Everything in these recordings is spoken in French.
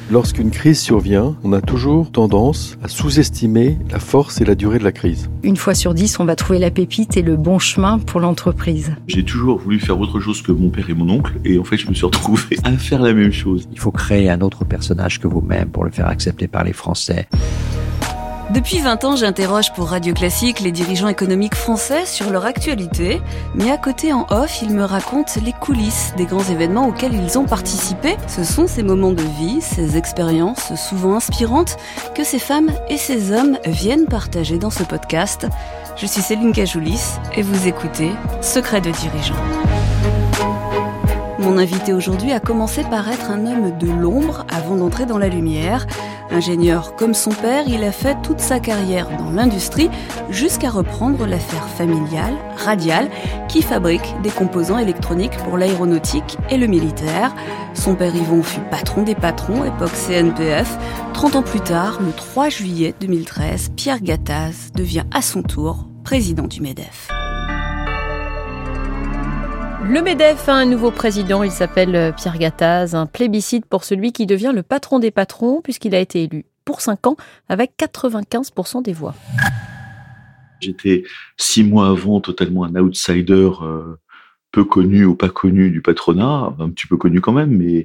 Lorsqu'une crise survient, on a toujours tendance à sous-estimer la force et la durée de la crise. Une fois sur 10, on va trouver la pépite et le bon chemin pour l'entreprise. J'ai toujours voulu faire autre chose que mon père et mon oncle, et en fait, je me suis retrouvé à faire la même chose. Il faut créer un autre personnage que vous-même pour le faire accepter par les Français. Depuis 20 ans, j'interroge pour Radio Classique les dirigeants économiques français sur leur actualité. Mais à côté, en off, ils me racontent les coulisses des grands événements auxquels ils ont participé. Ce sont ces moments de vie, ces expériences souvent inspirantes que ces femmes et ces hommes viennent partager dans ce podcast. Je suis Céline Cajoulis et vous écoutez Secrets de dirigeants. Mon invité aujourd'hui a commencé par être un homme de l'ombre avant d'entrer dans la lumière. Ingénieur comme son père, il a fait toute sa carrière dans l'industrie jusqu'à reprendre l'affaire familiale, Radial, qui fabrique des composants électroniques pour l'aéronautique et le militaire. Son père Yvon fut patron des patrons, époque CNPF. 30 ans plus tard, le 3 juillet 2013, Pierre Gattaz devient à son tour président du MEDEF. Le MEDEF a un nouveau président, il s'appelle Pierre Gattaz, un plébiscite pour celui qui devient le patron des patrons puisqu'il a été élu pour 5 ans avec 95% des voix. J'étais 6 mois avant totalement un outsider, peu connu ou pas connu du patronat, un petit peu connu quand même, mais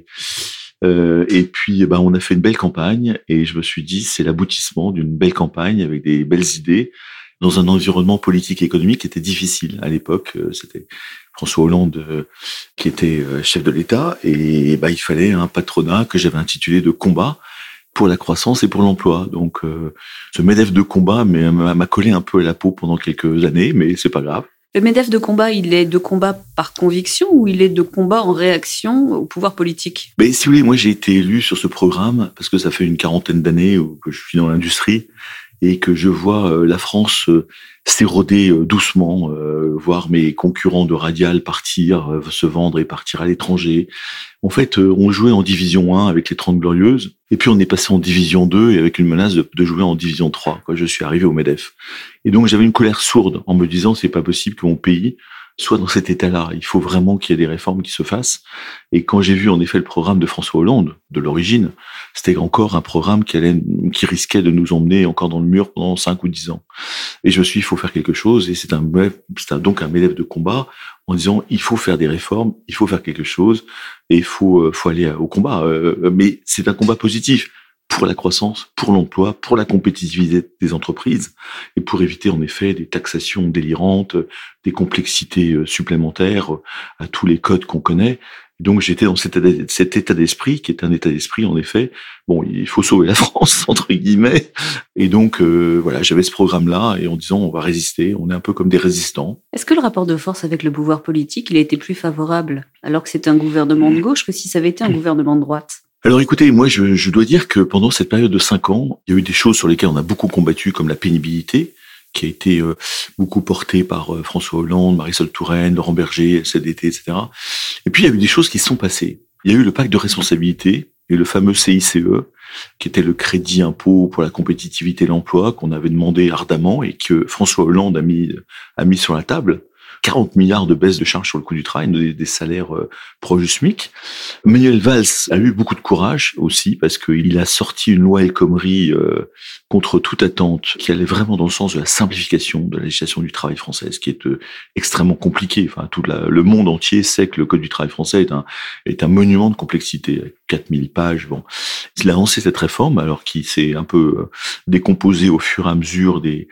et puis on a fait une belle campagne et je me suis dit c'est l'aboutissement d'une belle campagne avec des belles idées dans un environnement politique et économique qui était difficile à l'époque. C'était François Hollande qui était chef de l'État et il fallait un patronat que j'avais intitulé de combat pour la croissance et pour l'emploi. Donc ce MEDEF de combat m'a collé un peu à la peau pendant quelques années, mais c'est pas grave. Le MEDEF de combat, il est de combat par conviction ou il est de combat en réaction au pouvoir politique ? Mais si vous voulez, moi j'ai été élu sur ce programme parce que ça fait une 40aine d'années que je suis dans l'industrie et que je vois la France s'éroder doucement, voir mes concurrents de Radial partir, se vendre et partir à l'étranger. En fait, on jouait en division 1 avec les 30 Glorieuses, et puis on est passé en division 2 et avec une menace de jouer en division 3 quand je suis arrivé au MEDEF. Et donc j'avais une colère sourde en me disant c'est pas possible que mon pays soit dans cet état-là. Il faut vraiment qu'il y ait des réformes qui se fassent. Et quand j'ai vu en effet le programme de François Hollande, de l'origine, c'était encore un programme qui risquait de nous emmener encore dans le mur pendant 5 ou 10 ans. Et je me suis dit, il faut faire quelque chose. Et c'est donc un MEDEF de combat en disant, il faut faire des réformes, il faut faire quelque chose et il faut aller au combat. Mais c'est un combat positif pour la croissance, pour l'emploi, pour la compétitivité des entreprises et pour éviter en effet des taxations délirantes, des complexités supplémentaires à tous les codes qu'on connaît. Donc j'étais dans cet état d'esprit qui est un état d'esprit en effet, il faut sauver la France entre guillemets. Et donc j'avais ce programme-là et en disant on va résister, on est un peu comme des résistants. Est-ce que le rapport de force avec le pouvoir politique, il a été plus favorable alors que c'était un gouvernement de gauche que si ça avait été un gouvernement de droite ? Alors écoutez, moi je dois dire que pendant cette période de 5 ans, il y a eu des choses sur lesquelles on a beaucoup combattu, comme la pénibilité, qui a été beaucoup portée par François Hollande, Marisol Touraine, Laurent Berger, CDT, etc. Et puis il y a eu des choses qui se sont passées. Il y a eu le pacte de responsabilité et le fameux CICE, qui était le crédit impôt pour la compétitivité et l'emploi, qu'on avait demandé ardemment et que François Hollande a mis sur la table. 40 milliards de baisse de charges sur le coût du travail, des salaires proches du SMIC. Manuel Valls a eu beaucoup de courage aussi parce qu'il a sorti une loi El Khomri contre toute attente qui allait vraiment dans le sens de la simplification de la législation du travail française, qui est extrêmement compliquée. Enfin, le monde entier sait que le Code du travail français est un monument de complexité, 4000 pages. Il a lancé cette réforme alors qu'il s'est un peu décomposé au fur et à mesure des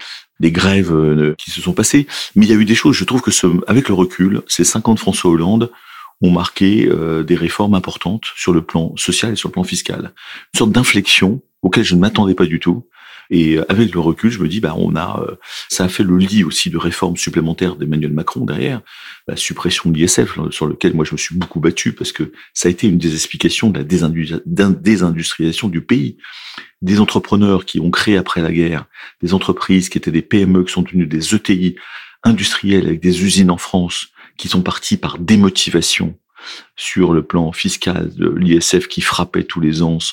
grèves qui se sont passées. Mais il y a eu des choses, je trouve que avec le recul, ces 5 ans de François Hollande ont marqué des réformes importantes sur le plan social et sur le plan fiscal. Une sorte d'inflexion auquel je ne m'attendais pas du tout. Et avec le recul, je me dis, ça a fait le lit aussi de réformes supplémentaires d'Emmanuel Macron derrière. La suppression de l'ISF, sur lequel moi je me suis beaucoup battu parce que ça a été une des explications de la désindustrialisation du pays. Des entrepreneurs qui ont créé après la guerre des entreprises qui étaient des PME, qui sont devenues des ETI industrielles avec des usines en France, qui sont partis par démotivation sur le plan fiscal de l'ISF qui frappait tous les ans,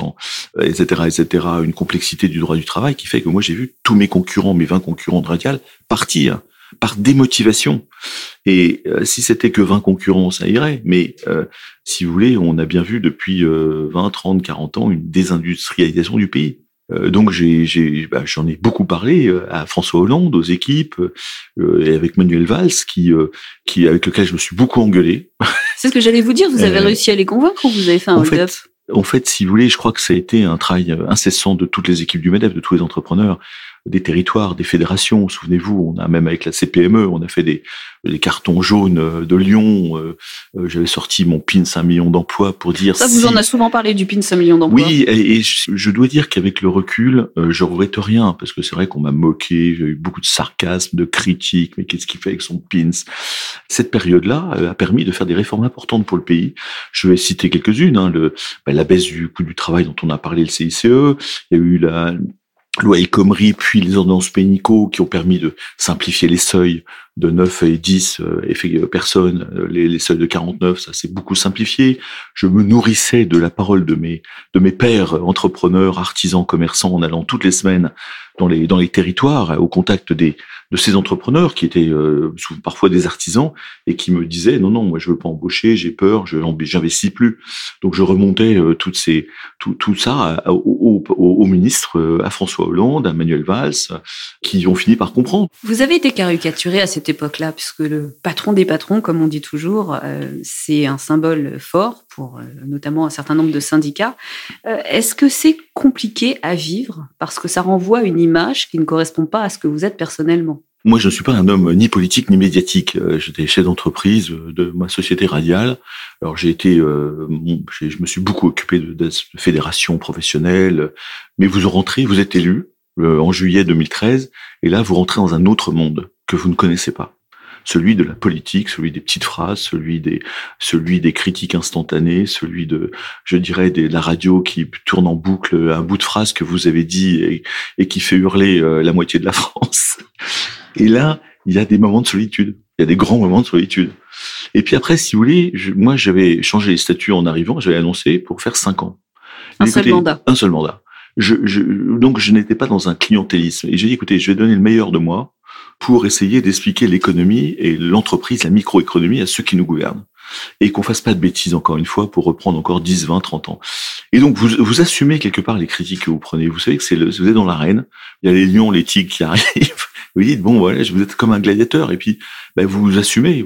etc., une complexité du droit du travail qui fait que moi j'ai vu tous mes concurrents, mes 20 concurrents de Radial partir par démotivation. Et si c'était que 20 concurrents, ça irait. Mais si vous voulez, on a bien vu depuis 20, 30, 40 ans une désindustrialisation du pays. Donc j'en ai beaucoup parlé à François Hollande, aux équipes, et avec Manuel Valls, avec lequel je me suis beaucoup engueulé. C'est ce que j'allais vous dire. Vous avez réussi à les convaincre ou vous avez fait un hold-up? En fait, si vous voulez, je crois que ça a été un travail incessant de toutes les équipes du MEDEF, de tous les entrepreneurs, des territoires, des fédérations. Souvenez-vous, on a même avec la CPME, on a fait des cartons jaunes de Lyon. J'avais sorti mon PIN 5 millions d'emplois pour dire... Ça, vous en a souvent parlé du PIN 5 millions d'emplois. Oui, et je dois dire qu'avec le recul, je regrette rien, parce que c'est vrai qu'on m'a moqué, j'ai eu beaucoup de sarcasme, de critiques, mais qu'est-ce qu'il fait avec son PIN? Cette période-là a permis de faire des réformes importantes pour le pays. Je vais citer quelques-unes, la baisse du coût du travail dont on a parlé, le CICE, il y a eu la loi El Khomri, puis les ordonnances Pénicaud qui ont permis de simplifier les seuils de 9 et 10 personnes, les seuils de 49, ça s'est beaucoup simplifié. Je me nourrissais de la parole de mes pairs entrepreneurs, artisans, commerçants, en allant toutes les semaines dans les territoires, au contact de ces entrepreneurs qui étaient parfois des artisans et qui me disaient non, moi je veux pas embaucher, j'ai peur, j'investis plus. Donc je remontais tout ça au ministre, à François Hollande, à Manuel Valls, qui ont fini par comprendre. Vous avez été caricaturé à cette époque-là, puisque le patron des patrons, comme on dit toujours, c'est un symbole fort pour notamment un certain nombre de syndicats. Est-ce que c'est compliqué à vivre parce que ça renvoie à une image qui ne correspond pas à ce que vous êtes personnellement? Moi, je ne suis pas un homme ni politique ni médiatique. J'étais chef d'entreprise de ma société radiale. Alors, je me suis beaucoup occupé de fédérations professionnelles. Mais vous rentrez, vous êtes élu en juillet 2013, et là, vous rentrez dans un autre monde que vous ne connaissez pas. Celui de la politique, celui des petites phrases, celui des critiques instantanées, celui de la radio qui tourne en boucle un bout de phrase que vous avez dit et qui fait hurler la moitié de la France. Et là, il y a des moments de solitude. Il y a des grands moments de solitude. Et puis après, si vous voulez, moi, j'avais changé les statuts en arrivant, j'avais annoncé pour faire 5 ans. Un seul mandat. Donc, je n'étais pas dans un clientélisme. Et j'ai dit, écoutez, je vais donner le meilleur de moi pour essayer d'expliquer l'économie et l'entreprise, la microéconomie à ceux qui nous gouvernent. Et qu'on fasse pas de bêtises, encore une fois, pour reprendre encore 10, 20, 30 ans. Et donc, vous assumez quelque part les critiques que vous prenez. Vous savez que vous êtes dans l'arène. Il y a les lions, les tigres qui arrivent. Vous dites, bon, voilà, vous êtes comme un gladiateur. Et puis, vous assumez.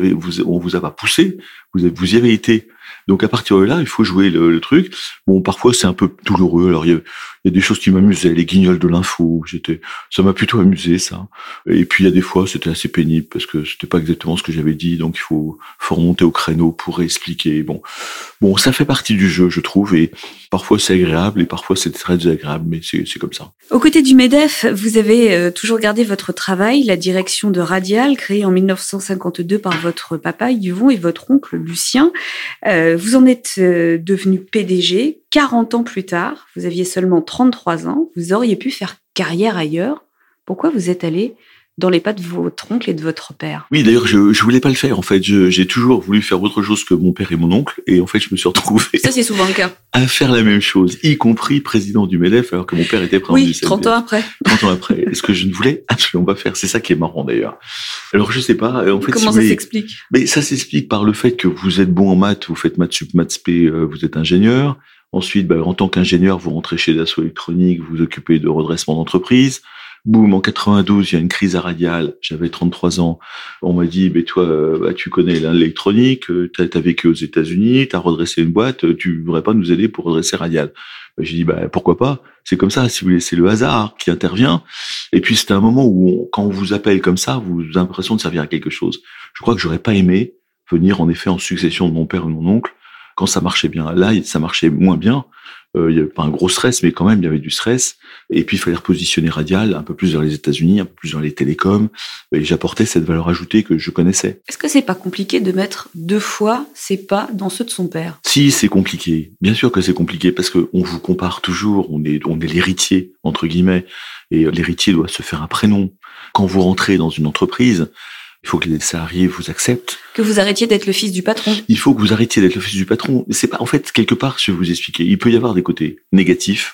On vous a pas poussé. Vous y avez été. Donc, à partir de là, il faut jouer le truc. Bon, parfois, c'est un peu douloureux. Alors, il y a des choses qui m'amusaient, les guignols de l'info. Ça m'a plutôt amusé, ça. Et puis, il y a des fois, c'était assez pénible parce que c'était pas exactement ce que j'avais dit. Donc, il faut remonter au créneau pour expliquer. Bon, ça fait partie du jeu, je trouve. Et parfois, c'est agréable et parfois, c'est très désagréable. Mais c'est comme ça. Aux côtés du MEDEF, vous avez toujours gardé votre travail, la direction de Radial, créée en 1952 par votre papa Yvon et votre oncle Lucien. Vous en êtes devenu PDG 40 ans plus tard. Vous aviez seulement 33 ans. Vous auriez pu faire carrière ailleurs. Pourquoi vous êtes allé dans les pas de votre oncle et de votre père? Oui, d'ailleurs, je voulais pas le faire. En fait, j'ai toujours voulu faire autre chose que mon père et mon oncle. Et en fait, je me suis retrouvé... Ça, c'est souvent le cas. ...à faire la même chose, y compris président du MEDEF, alors que mon père était président du CNDF. 30 ans après. 30 ans après. Ce que je ne voulais absolument pas faire. C'est ça qui est marrant, d'ailleurs. Alors, je sais pas. En fait, comment ça s'explique? Mais ça s'explique par le fait que vous êtes bon en maths, vous faites maths sup, maths spé, vous êtes ingénieur. Ensuite, en tant qu'ingénieur, vous rentrez chez Dassault Électronique, vous vous occupez de redressement d'entreprise. Boum, en 92, il y a une crise à Radial. J'avais 33 ans. On m'a dit, toi, tu connais l'électronique, t'as vécu aux États-Unis, t'as redressé une boîte, tu voudrais pas nous aider pour redresser Radial? J'ai dit, pourquoi pas? C'est comme ça, si vous voulez, c'est le hasard qui intervient. Et puis, c'était un moment où, quand on vous appelle comme ça, vous avez l'impression de servir à quelque chose. Je crois que j'aurais pas aimé venir, en effet, en succession de mon père et de mon oncle, quand ça marchait bien. Là, ça marchait moins bien. Il y avait pas un gros stress, mais quand même, il y avait du stress. Et puis, il fallait repositionner Radial un peu plus vers les États-Unis, un peu plus vers les télécoms. Et j'apportais cette valeur ajoutée que je connaissais. Est-ce que c'est pas compliqué de mettre 2 fois ses pas dans ceux de son père? Si, c'est compliqué. Bien sûr que c'est compliqué parce que on vous compare toujours. On est l'héritier, entre guillemets. Et l'héritier doit se faire un prénom. Quand vous rentrez dans une entreprise, il faut que les salariés vous acceptent. Que vous arrêtiez d'être le fils du patron. Il faut que vous arrêtiez d'être le fils du patron. C'est pas, en fait, quelque part, je vais vous expliquer. Il peut y avoir des côtés négatifs.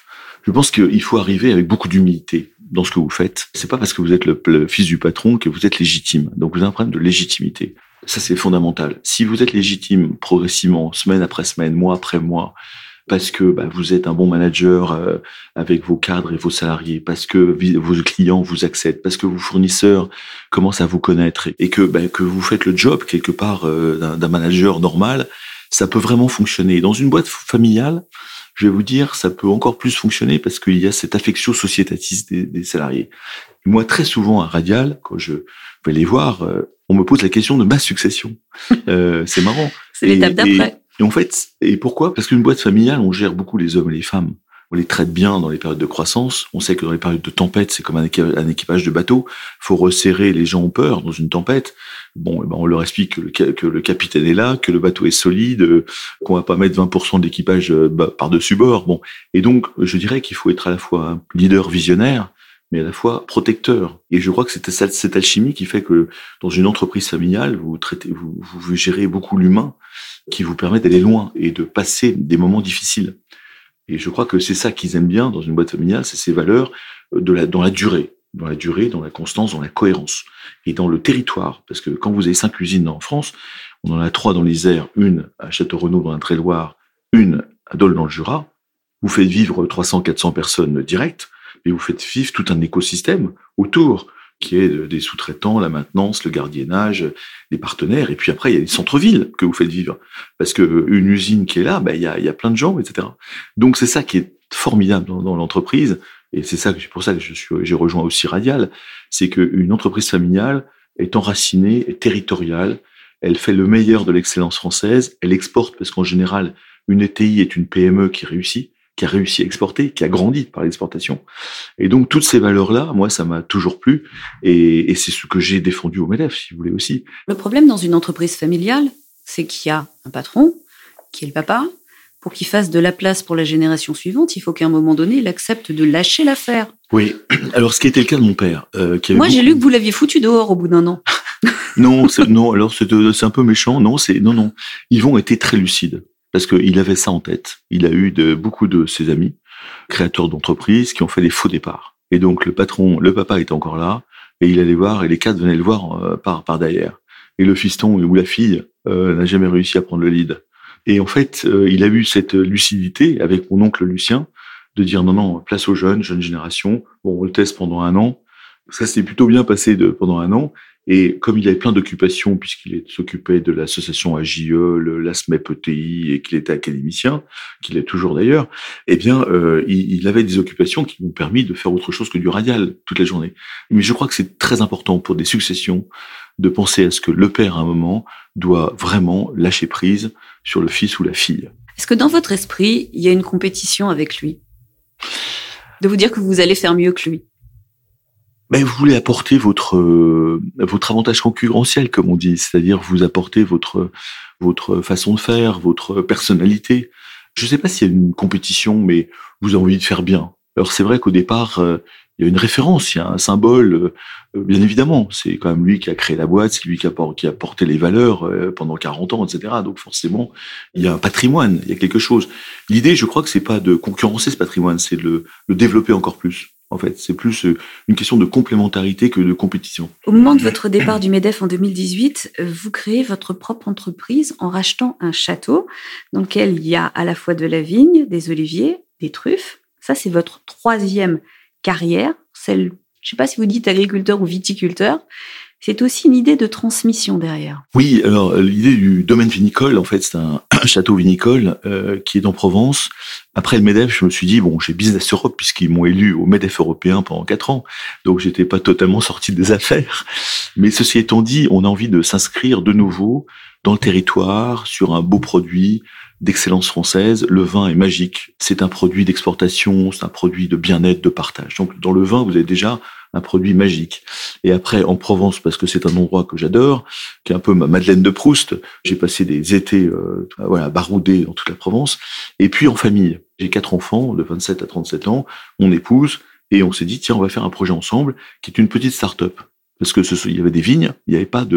Je pense qu'il faut arriver avec beaucoup d'humilité dans ce que vous faites. C'est pas parce que vous êtes le fils du patron que vous êtes légitime. Donc vous avez un problème de légitimité. Ça, c'est fondamental. Si vous êtes légitime progressivement, semaine après semaine, mois après mois, parce que vous êtes un bon manager avec vos cadres et vos salariés, parce que vos clients vous acceptent, parce que vos fournisseurs commencent à vous connaître et que vous faites le job quelque part d'un manager normal, ça peut vraiment fonctionner. Dans une boîte familiale, je vais vous dire, ça peut encore plus fonctionner parce qu'il y a cette affectio societatis des salariés. Et moi, très souvent à Radial, quand je vais les voir, on me pose la question de ma succession. C'est marrant. C'est l'étape d'après. Et en fait, et pourquoi ? Parce qu'une boîte familiale, on gère beaucoup les hommes et les femmes. On les traite bien dans les périodes de croissance. On sait que dans les périodes de tempête, c'est comme un équipage de bateau. Faut resserrer, les gens ont peur dans une tempête. Bon, on leur explique que le capitaine est là, que le bateau est solide, qu'on va pas mettre 20% de l'équipage par-dessus bord. Bon. Et donc, je dirais qu'il faut être à la fois un leader visionnaire, mais à la fois protecteur. Et je crois que c'est cette alchimie qui fait que dans une entreprise familiale, vous gérez beaucoup l'humain, qui vous permet d'aller loin et de passer des moments difficiles. Et je crois que c'est ça qu'ils aiment bien dans une boîte familiale, c'est ces valeurs dans la durée, dans la constance, dans la cohérence et dans le territoire. Parce que quand vous avez 5 usines en France, on en a 3 dans l'Isère, une à Château-Renaud dans l'Indre-et-Loire, une à Dole dans le Jura. Vous faites vivre 300-400 personnes directes, et vous faites vivre tout un écosystème autour, qui est des sous-traitants, la maintenance, le gardiennage, les partenaires, et puis après, il y a les centres-villes que vous faites vivre. Parce que une usine qui est là, il y a plein de gens, etc. Donc c'est ça qui est formidable dans l'entreprise, et c'est pour ça que j'ai rejoint aussi Radial, c'est qu'une entreprise familiale est enracinée, est territoriale, elle fait le meilleur de l'excellence française, elle exporte, parce qu'en général, une ETI est une PME qui a réussi à exporter, qui a grandi par l'exportation. Et donc, toutes ces valeurs-là, moi, ça m'a toujours plu. Et c'est ce que j'ai défendu au MEDEF, si vous voulez aussi. Le problème dans une entreprise familiale, c'est qu'il y a un patron, qui est le papa. Pour qu'il fasse de la place pour la génération suivante, il faut qu'à un moment donné, il accepte de lâcher l'affaire. Oui. Alors, ce qui était le cas de mon père. Moi, j'ai lu que vous l'aviez foutu dehors au bout d'un an. Non, alors c'est un peu méchant. Non. Yvon était très lucide. Parce qu'il avait ça en tête. Il a eu beaucoup de ses amis, créateurs d'entreprises, qui ont fait des faux départs. Et donc, le papa était encore là, et il allait voir, et les 4 venaient le voir par derrière. Et le fiston ou la fille n'a jamais réussi à prendre le lead. Et en fait, il a eu cette lucidité avec mon oncle Lucien, de dire non, place aux jeunes, jeune génération. Bon, on le teste pendant 1 an. Ça s'est plutôt bien passé pendant 1 an. Et comme il avait plein d'occupations, puisqu'il s'occupait de l'association AJE, la SMEP ETI, et qu'il était académicien, qu'il est toujours d'ailleurs, eh bien, il avait des occupations qui lui ont permis de faire autre chose que du Radial toute la journée. Mais je crois que c'est très important pour des successions de penser à ce que le père, à un moment, doit vraiment lâcher prise sur le fils ou la fille. Est-ce que dans votre esprit, il y a une compétition avec lui ? De vous dire que vous allez faire mieux que lui ? Vous voulez apporter votre avantage concurrentiel, comme on dit, c'est-à-dire vous apporter votre façon de faire, votre personnalité. Je ne sais pas s'il y a une compétition, mais vous avez envie de faire bien. Alors c'est vrai qu'au départ, il y a une référence, il y a un symbole, bien évidemment. C'est quand même lui qui a créé la boîte, c'est lui qui a porté les valeurs pendant 40 ans, etc. Donc forcément, il y a un patrimoine, il y a quelque chose. L'idée, je crois que c'est pas de concurrencer ce patrimoine, c'est de le développer encore plus. En fait, c'est plus une question de complémentarité que de compétition. Au moment de votre départ du MEDEF en 2018, vous créez votre propre entreprise en rachetant un château dans lequel il y a à la fois de la vigne, des oliviers, des truffes. Ça, c'est votre 3e carrière. Je ne sais pas si vous dites agriculteur ou viticulteur. C'est aussi une idée de transmission derrière. Oui, alors l'idée du domaine vinicole, en fait, c'est un château vinicole qui est en Provence. Après le MEDEF, je me suis dit, j'ai Business Europe, puisqu'ils m'ont élu au MEDEF européen pendant 4 ans. Donc, j'étais pas totalement sorti des affaires. Mais ceci étant dit, on a envie de s'inscrire de nouveau dans le territoire, sur un beau produit d'excellence française. Le vin est magique. C'est un produit d'exportation, c'est un produit de bien-être, de partage. Donc, dans le vin, vous avez déjà un produit magique. Et après, en Provence, parce que c'est un endroit que j'adore, qui est un peu ma Madeleine de Proust, j'ai passé des étés baroudés dans toute la Provence. Et puis en famille, j'ai 4 enfants de 27 à 37 ans, mon épouse, et on s'est dit, tiens, on va faire un projet ensemble, qui est une petite start-up. Parce que il y avait des vignes, il n'y avait pas de vin.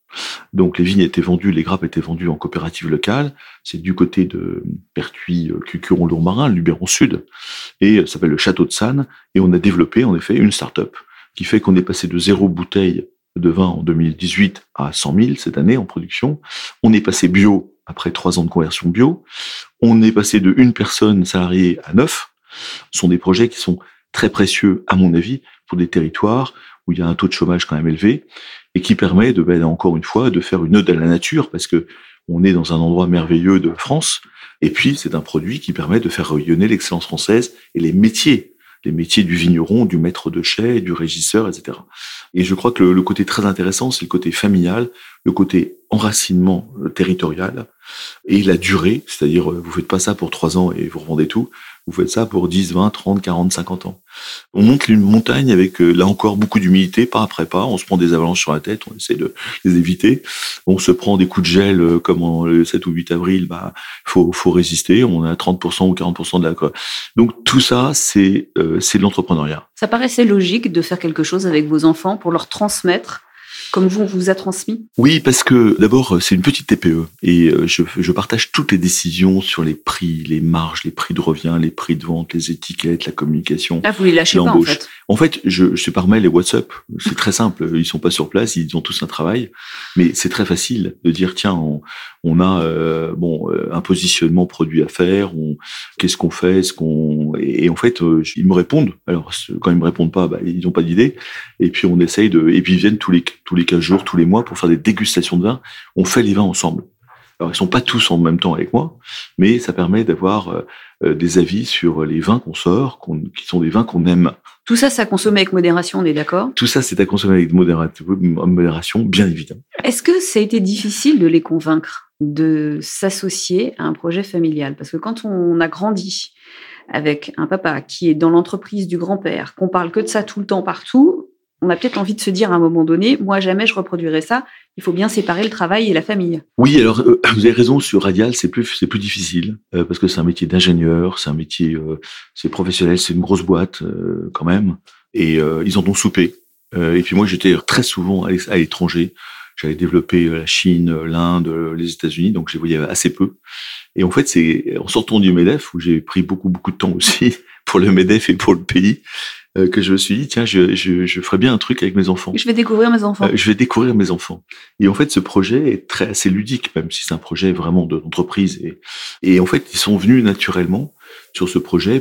Donc les vignes étaient vendues, les grappes étaient vendues en coopérative locale. C'est du côté de Pertuis, Cucuron-Lourmarin, Luberon Sud, et ça s'appelle le Château de Sannes. Et on a développé en effet une start-up qui fait qu'on est passé de 0 bouteille de vin en 2018 à 100 000 cette année en production. On est passé bio après 3 ans de conversion bio. On est passé de 1 personne salariée à 9. Ce sont des projets qui sont très précieux, à mon avis, pour des territoires où il y a un taux de chômage quand même élevé et qui permet de, encore une fois, de faire une ode à la nature parce que on est dans un endroit merveilleux de France. Et puis, c'est un produit qui permet de faire rayonner l'excellence française et les métiers du vigneron, du maître de chai, du régisseur, etc. Et je crois que le côté très intéressant, c'est le côté familial, le côté enracinement territorial et la durée, c'est-à-dire vous faites pas ça pour 3 ans et vous revendez tout, vous faites ça pour 10, 20, 30, 40, 50 ans. On monte une montagne avec, là encore, beaucoup d'humilité, pas après pas, on se prend des avalanches sur la tête, on essaie de les éviter, on se prend des coups de gel comme le 7 ou 8 avril, faut résister, on a 30% ou 40% de l'alcool. Donc tout ça, c'est de l'entrepreneuriat. Ça paraissait logique de faire quelque chose avec vos enfants pour leur transmettre comme on vous a transmis? Oui, parce que d'abord, c'est une petite TPE et je partage toutes les décisions sur les prix, les marges, les prix de revient, les prix de vente, les étiquettes, la communication. Là, vous les lâchez pas, en fait. En fait, je suis par mail et WhatsApp. C'est très simple. Ils sont pas sur place, ils ont tous un travail. Mais c'est très facile de dire, tiens, on a un positionnement produit à faire, qu'est-ce qu'on fait, et en fait, ils me répondent. Alors, quand ils me répondent pas, ils n'ont pas d'idée. Et puis, on essaye et puis ils viennent tous les 15 jours, tous les mois pour faire des dégustations de vin. On fait les vins ensemble. Alors, ils sont pas tous en même temps avec moi, mais ça permet d'avoir des avis sur les vins qu'on sort, qui sont des vins qu'on aime. Tout ça, c'est à consommer avec modération, on est d'accord? Tout ça, c'est à consommer avec modération, bien évidemment. Est-ce que ça a été difficile de les convaincre de s'associer à un projet familial? Parce que quand on a grandi avec un papa qui est dans l'entreprise du grand-père, qu'on parle que de ça tout le temps partout, on a peut-être envie de se dire à un moment donné, moi jamais je reproduirai ça, il faut bien séparer le travail et la famille. Oui, alors vous avez raison, sur Radial, c'est plus difficile, parce que c'est un métier d'ingénieur, c'est un métier, c'est professionnel, c'est une grosse boîte quand même, et ils en ont soupé. Et puis moi j'étais très souvent à l'étranger, j'avais développé la Chine, l'Inde, les États-Unis, donc je les voyais assez peu. Et en fait, c'est en sortant du MEDEF, où j'ai pris beaucoup de temps aussi pour le MEDEF et pour le pays, que je me suis dit, tiens, je ferais bien un truc avec mes enfants. Je vais découvrir mes enfants. Je vais découvrir mes enfants. Et en fait, ce projet est assez ludique, même si c'est un projet vraiment d'entreprise. Et en fait, ils sont venus naturellement sur ce projet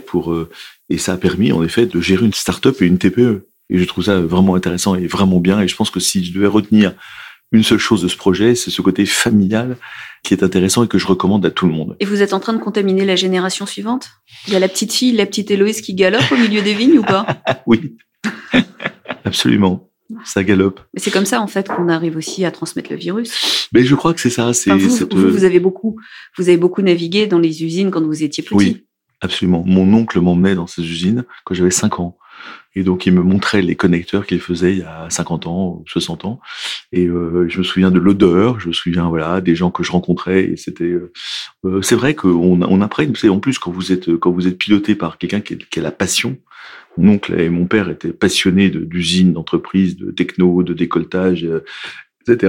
et ça a permis, en effet, de gérer une start-up et une TPE. Et je trouve ça vraiment intéressant et vraiment bien. Et je pense que si je devais retenir une seule chose de ce projet, c'est ce côté familial qui est intéressant et que je recommande à tout le monde. Et vous êtes en train de contaminer la génération suivante? Il y a la petite fille, la petite Héloïse qui galope au milieu des vignes ou pas? Oui, absolument. Ça galope. Mais c'est comme ça, en fait, qu'on arrive aussi à transmettre le virus. Mais je crois que c'est ça. Vous avez beaucoup navigué dans les usines quand vous étiez petit. Oui, absolument. Mon oncle m'emmenait dans ces usines quand j'avais 5 ans. Et donc, il me montrait les connecteurs qu'il faisait il y a 50 ans ou 60 ans. Et je me souviens de l'odeur, je me souviens des gens que je rencontrais. Et c'était, c'est vrai qu'on apprend. En plus, quand vous êtes piloté par quelqu'un qui a la passion. Mon oncle et mon père étaient passionnés d'usines, d'entreprises, de techno, de décolletage, etc.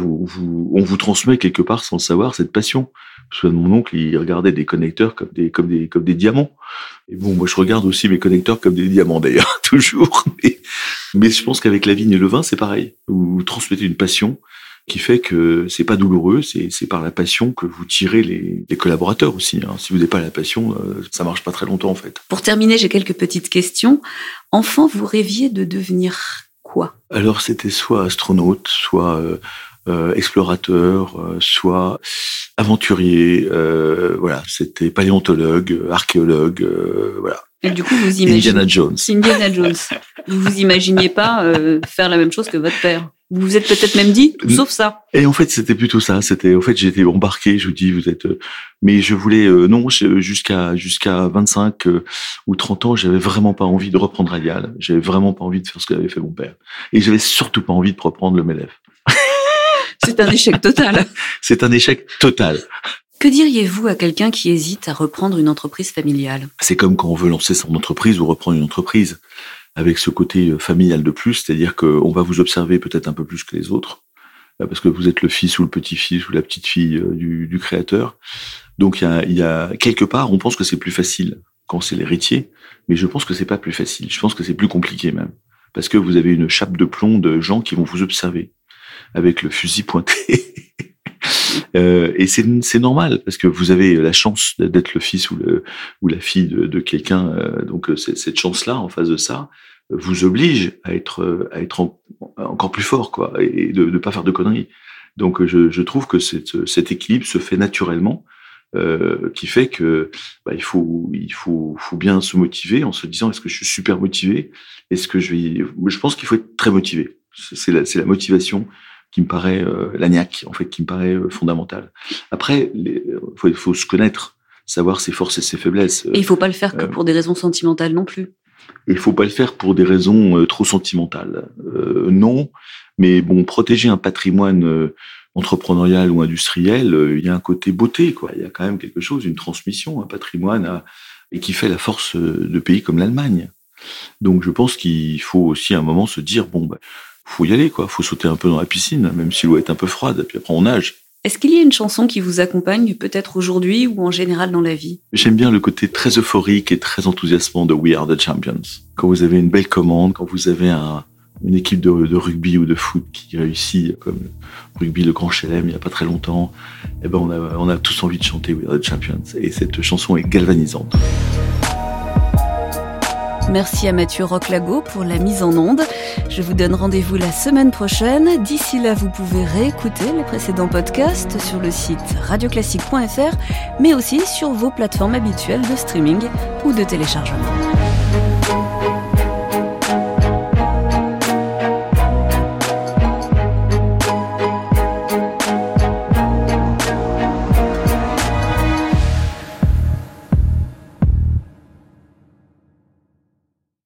On vous transmet quelque part sans le savoir cette passion. Je me souviens de mon oncle, il regardait des connecteurs comme des diamants. Et bon, moi je regarde aussi mes connecteurs comme des diamants d'ailleurs, toujours. Mais je pense qu'avec la vigne et le vin, c'est pareil. Vous transmettez une passion qui fait que c'est pas douloureux, c'est par la passion que vous tirez les collaborateurs aussi. Hein. Si vous n'avez pas la passion, ça marche pas très longtemps en fait. Pour terminer, j'ai quelques petites questions. Enfant, vous rêviez de devenir quoi? Alors c'était soit astronaute, soit explorateur, soit aventurier, c'était paléontologue, archéologue, voilà. Et du coup, vous imaginez Indiana Jones. Vous imaginiez pas faire la même chose que votre père? Vous vous êtes peut-être même dit, tout sauf ça. Et en fait, c'était plutôt ça. J'étais embarqué, je vous dis, mais je voulais, jusqu'à 25 ou 30 ans, j'avais vraiment pas envie de reprendre Radial. J'avais vraiment pas envie de faire ce qu'avait fait mon père. Et j'avais surtout pas envie de reprendre le MEDEF. C'est un échec total. C'est un échec total. Que diriez-vous à quelqu'un qui hésite à reprendre une entreprise familiale? C'est comme quand on veut lancer son entreprise ou reprendre une entreprise, avec ce côté familial de plus, c'est-à-dire qu'on va vous observer peut-être un peu plus que les autres. parce que vous êtes le fils ou le petit-fils ou la petite-fille du créateur. Donc il y a quelque part, on pense que c'est plus facile quand c'est l'héritier, mais je pense que c'est pas plus facile. Je pense que c'est plus compliqué même, parce que vous avez une chape de plomb de gens qui vont vous observer avec le fusil pointé. Et c'est normal, parce que vous avez la chance d'être le fils ou la fille de quelqu'un. Donc cette chance-là, en face de ça, vous oblige à être encore plus fort, quoi, et de pas faire de conneries. Donc je trouve que cet équilibre se fait naturellement, qui fait que il faut bien se motiver en se disant, est-ce que je suis super motivé? Est-ce que je pense qu'il faut être très motivé. C'est la motivation qui me paraît la niaque, en fait, qui me paraît fondamentale. Après, il faut se connaître, savoir ses forces et ses faiblesses. Et il faut pas le faire que pour des raisons sentimentales non plus. Et il faut pas le faire pour des raisons trop sentimentales. Non, mais bon, protéger un patrimoine entrepreneurial ou industriel, il y a un côté beauté, quoi. Il y a quand même quelque chose, une transmission, un patrimoine, et qui fait la force de pays comme l'Allemagne. Donc, je pense qu'il faut aussi à un moment se dire, faut y aller, quoi. Faut sauter un peu dans la piscine, même si l'eau est un peu froide, puis après on nage. Est-ce qu'il y a une chanson qui vous accompagne, peut-être aujourd'hui ou en général dans la vie? J'aime bien le côté très euphorique et très enthousiasmant de We Are the Champions. Quand vous avez une belle commande, quand vous avez une équipe de rugby ou de foot qui réussit, comme le rugby, le Grand Chelem, il n'y a pas très longtemps, on a tous envie de chanter We Are the Champions. Et cette chanson est galvanisante. Merci à Mathieu Roclago pour la mise en onde. Je vous donne rendez-vous la semaine prochaine. D'ici là, vous pouvez réécouter les précédents podcasts sur le site radioclassique.fr, mais aussi sur vos plateformes habituelles de streaming ou de téléchargement.